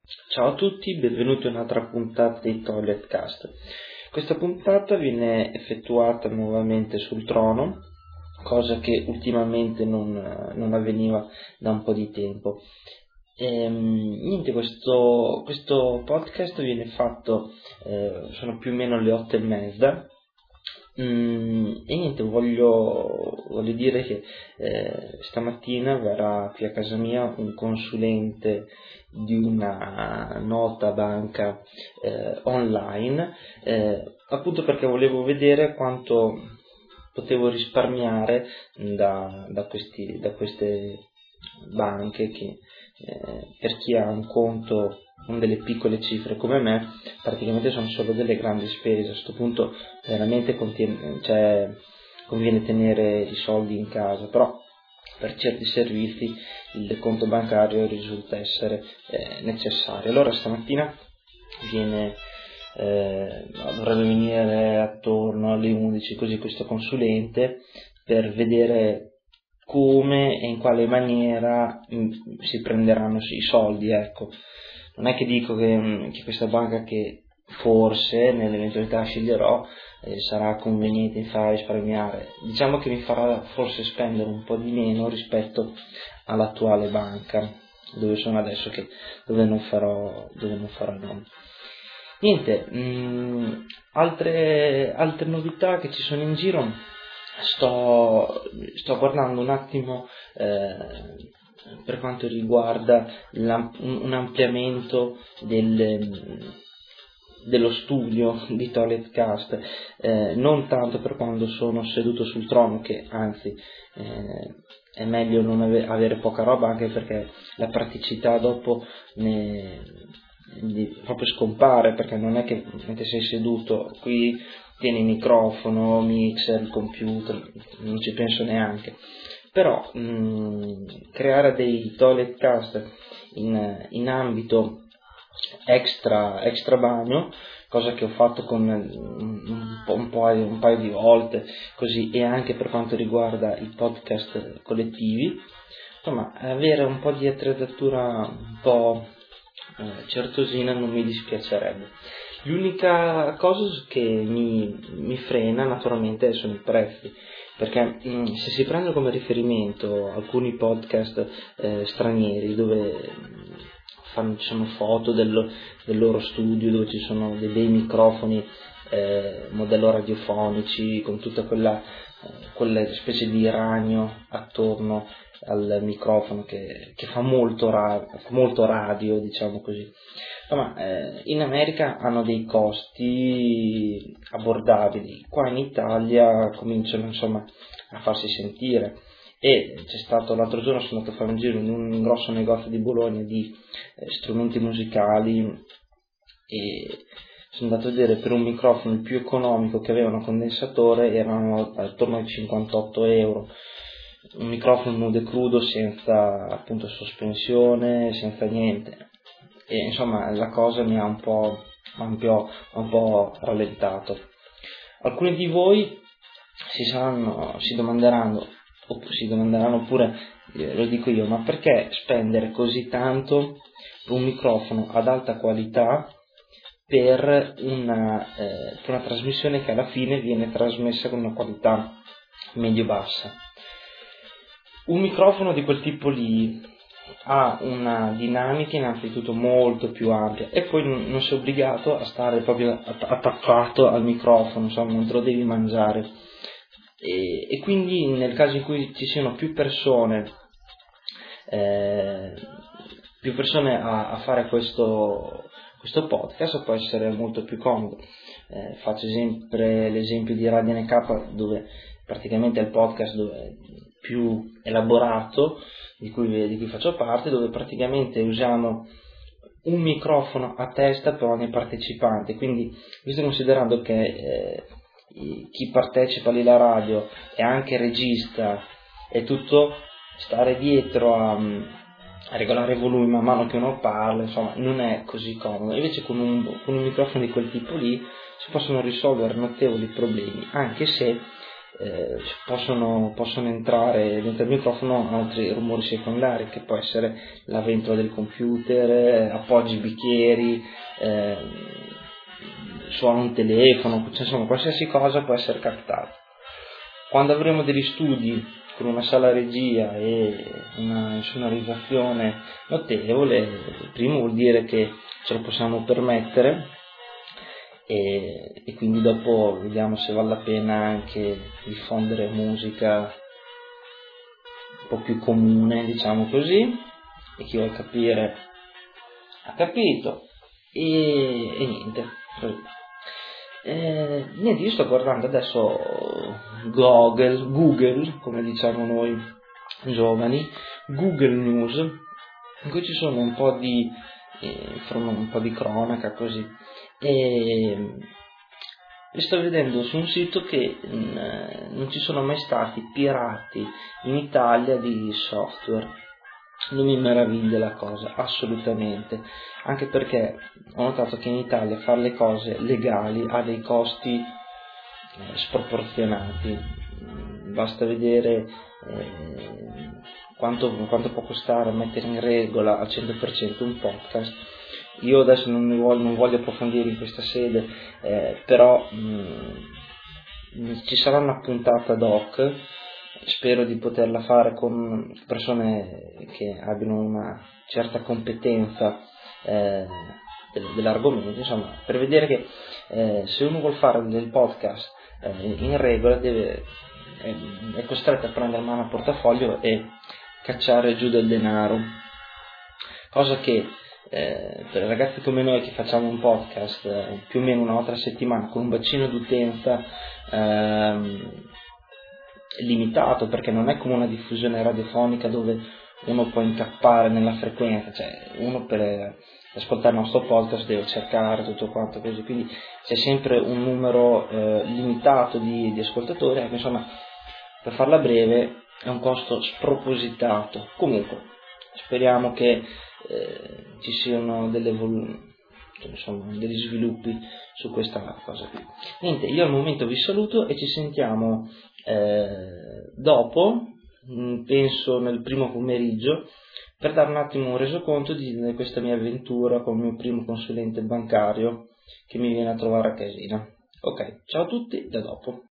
Ciao a tutti, benvenuti a un'altra puntata di Toiletcast. Questa puntata viene effettuata nuovamente sul trono, cosa che ultimamente non avveniva da un po' di tempo. Niente, questo podcast viene fatto, sono più o meno le 8:30. E niente, voglio dire che stamattina verrà qui a casa mia un consulente di una nota banca online, appunto perché volevo vedere quanto potevo risparmiare da queste banche che per chi ha un conto con delle piccole cifre come me praticamente sono solo delle grandi spese. A questo punto veramente conviene tenere i soldi in casa, però per certi servizi il conto bancario risulta essere necessario. Allora stamattina dovrebbe venire attorno alle 11 così questo consulente per vedere come e in quale maniera si prenderanno i soldi, ecco. Non è che dico che questa banca, che forse nell'eventualità sceglierò, sarà conveniente, mi farà risparmiare. Diciamo che mi farà forse spendere un po' di meno rispetto all'attuale banca dove sono adesso, dove non farò il nome. Niente, altre novità che ci sono in giro. Sto guardando un attimo per quanto riguarda un ampliamento dello studio di Toiletcast, non tanto per quando sono seduto sul trono, che anzi è meglio non avere poca roba, anche perché la praticità dopo proprio scompare, perché non è che mentre sei seduto qui tieni il microfono, mixer, il computer, non ci penso neanche. Però creare dei Toiletcast in ambito extra bagno, cosa che ho fatto con un paio di volte così, e anche per quanto riguarda i podcast collettivi, insomma avere un po' di attrezzatura un po' certosina non mi dispiacerebbe. L'unica cosa che mi frena naturalmente sono i prezzi, perché se si prende come riferimento alcuni podcast stranieri dove ci sono foto del loro studio, dove ci sono dei bei microfoni modello radiofonici con tutta quella specie di ragno attorno al microfono che fa molto radio, diciamo così. Insomma, in America hanno dei costi abbordabili, qua in Italia cominciano insomma a farsi sentire. E c'è stato l'altro giorno, sono andato a fare un giro in un grosso negozio di Bologna di strumenti musicali e sono andato a vedere per un microfono il più economico che aveva un condensatore erano attorno ai 58 euro. Un microfono nudo e crudo, senza appunto sospensione, senza niente, e insomma la cosa mi ha un po' rallentato. Alcuni di voi si domanderanno oppure lo dico io, ma perché spendere così tanto per un microfono ad alta qualità per una trasmissione che alla fine viene trasmessa con una qualità medio-bassa? Un microfono di quel tipo lì ha una dinamica innanzitutto molto più ampia e poi non sei obbligato a stare proprio attaccato al microfono, insomma non te lo devi mangiare, e quindi nel caso in cui ci siano più persone a fare questo podcast può essere molto più comodo. Faccio sempre l'esempio di Radio NK, dove praticamente è il podcast più elaborato di cui faccio parte, dove praticamente usiamo un microfono a testa per ogni partecipante, quindi visto considerando che chi partecipa lì alla radio è anche regista e tutto, stare dietro a regolare il volume man mano che uno parla, insomma non è così comodo. Invece con un microfono di quel tipo lì si possono risolvere notevoli problemi, anche se possono entrare dentro il microfono altri rumori secondari, che può essere la ventola del computer, appoggi bicchieri, suona un telefono, cioè, insomma qualsiasi cosa può essere captata. Quando avremo degli studi con una sala regia e una insonorizzazione notevole, primo vuol dire che ce lo possiamo permettere, e quindi dopo vediamo se vale la pena anche diffondere musica un po' più comune, diciamo così, e chi vuole capire ha capito, e niente. Niente, io sto guardando adesso Google, come diciamo noi giovani, Google News, in cui ci sono un po' di cronaca così, e sto vedendo su un sito che non ci sono mai stati pirati in Italia di software. Non mi meraviglia la cosa, assolutamente, anche perché ho notato che in Italia fare le cose legali ha dei costi sproporzionati. Basta vedere quanto può costare mettere in regola al 100% un podcast. Io adesso non voglio approfondire in questa sede, però ci sarà una puntata ad hoc. Spero di poterla fare con persone che abbiano una certa competenza dell'argomento, insomma, per vedere che se uno vuol fare del podcast in regola è costretto a prendere mano al portafoglio e cacciare giù del denaro, cosa che per ragazzi come noi che facciamo un podcast più o meno una volta a settimana con un bacino d'utenza limitato, perché non è come una diffusione radiofonica dove uno può incappare nella frequenza, cioè uno per ascoltare il nostro podcast deve cercare tutto quanto così, quindi c'è sempre un numero limitato di ascoltatori, ecco, insomma, per farla breve è un costo spropositato. Comunque speriamo che ci siano degli sviluppi su questa cosa qui. Niente, io al momento vi saluto e ci sentiamo dopo, penso nel primo pomeriggio, per dare un attimo un resoconto di questa mia avventura con il mio primo consulente bancario che mi viene a trovare a casina. Ok, ciao a tutti, da dopo.